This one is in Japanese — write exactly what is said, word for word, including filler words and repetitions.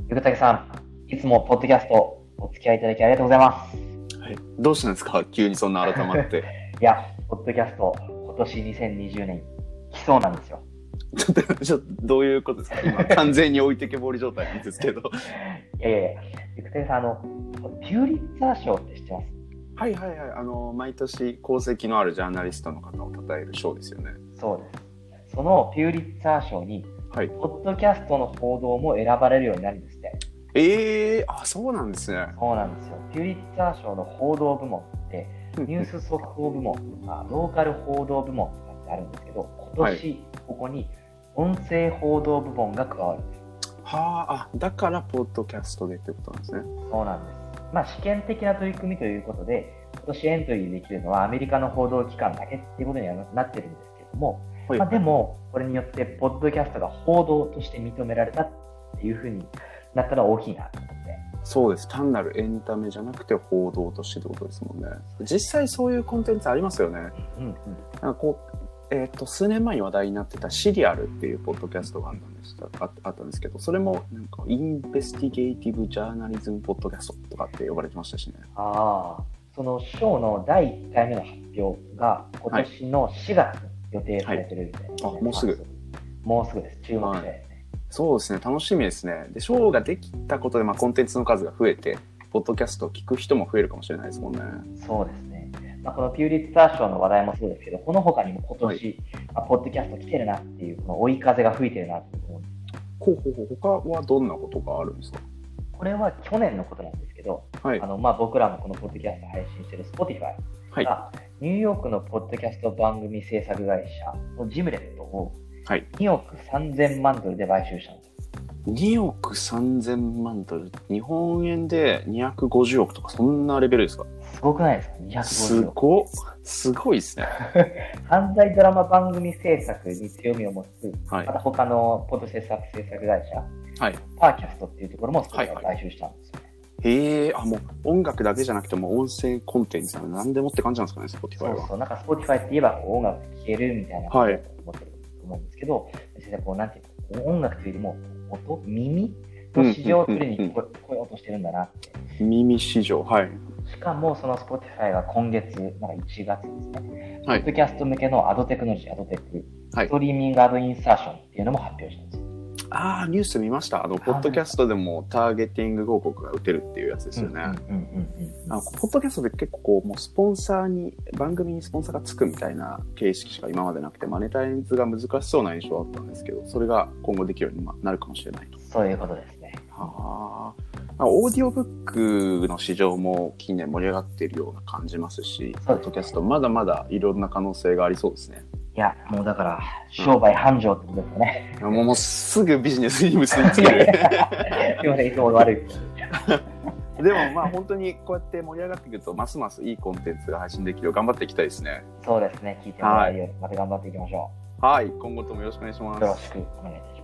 ゆくたけさん、いつもポッドキャストお付き合いいただきありがとうございます。 はい、どうしたんですか急にそんな改まって。 いや、ポッドキャスト、今年にせんにじゅうねん来そうなんですよ。 ちょっと、ちょっとどういうことですか今、完全に置いてけぼり状態なんですけど。 いやいやいや、ゆくたけさん、あの、ピューリッツァー賞って知ってます？ はいはいはい。あの、毎年功績のあるジャーナリストの方を称える賞ですよね。 そうです。そのピューリッツァー賞に、はい、ポッドキャストの報道も選ばれるようになるんですって。 ええー、あ、そうなんですね。 そうなんですよ。ピューリッツァー賞の報道部門って、ニュース速報部門とか、ローカル報道部門とかってあるんですけど、今年ここに音声報道部門が加わるんです。 はあ、あ、だからポッドキャストでってことなんですね。 そうなんです。まあ試験的な取り組みということで、今年エントリーできるのはアメリカの報道機関だけっていうことにはなってるんですけども、はい、まあ、でもこれによってポッドキャストが報道として認められたっていうふうになったのは大きいなと思って。 そうです。単なるエンタメじゃなくて報道としてってことですもんね。実際そういうコンテンツありますよね。うんうん、なんかこうえー、と数年前に話題になってたシリアルっていうポッドキャストがあったんです、あ、あったんですけど、それもなんかインベスティゲーティブジャーナリズムポッドキャストとかって呼ばれてましたしね。 ああ、その賞のだいいっかいめの発表が今年のしがつに予定されてるんで、はいはい、あ、もうすぐもうすぐです。注目ですね、はい。 そうですね、楽しみですね。で、賞ができたことで、まあ、コンテンツの数が増えてポッドキャストを聞く人も増えるかもしれないですもんね。 そうですね。まあ、このピューリッツァー賞の話題もそうですけど、この他にも今年、はい、まあ、ポッドキャスト来てるなっていう、この追い風が吹いてるなって思うんです。 ほうほうほう、他はどんなことがあるんですか？ これは去年のことなんですけど、はい、あのまあ僕らもこのポッドキャスト配信している Spotify が、はい、ニューヨークのポッドキャスト番組制作会社のジムレットをにおくさんぜんまんドルで買収したんです。 におくさんぜんまんドル、日本円でにひゃくごじゅうおくとか、そんなレベルですか？ すごくないですか？にひゃくごじゅうおく。 すごすごいですね。 犯罪ドラマ番組制作に強みを持つ、はい、また他のポッド制作制作会社、はい、パーキャストっていうところもそこから買収したんですよね。 はいはい、へえ、あ、もう音楽だけじゃなくても音声コンテンツなんで何でもって感じなんですかね、Spotify は。 そうそう、なんか Spotify って言えばこう音楽聴けるみたいなことだと思ってると思うんですけど、はい、実際こうなんていうの、音楽というよりも音、耳の市場を取りに来ようとしてるんだなって。 耳市場、はい。 しかもその Spotify が今月、なんかいちがつですね、はい、ポッドキャスト向けのアドテクノロジー、アドテク、はい、ストリーミングアドインサーションっていうのも発表したんです。 ああ、ニュース見ました。あの、ポッドキャストでもターゲティング広告が打てるっていうやつですよね。ポッドキャストで結構こう、もうスポンサーに、番組にスポンサーがつくみたいな形式しか今までなくて、マネタイズが難しそうな印象だったんですけど、それが今後できるようになるかもしれないと。 そういうことですね。 はあ。オーディオブックの市場も近年盛り上がっているような感じますし、ポッドキャストまだまだいろんな可能性がありそうですね。 いや、もうだから、商売繁盛ってことですよね。 うん、もうすぐビジネスに結びつける。 すいません、いつも悪い。でもまあ本当にこうやって盛り上がってくると、ますますいいコンテンツが配信できるよう頑張っていきたいですね。 そうですね、聞いてもらえるように、また頑張っていきましょう。はい、今後ともよろしくお願いします。 よろしくお願いします。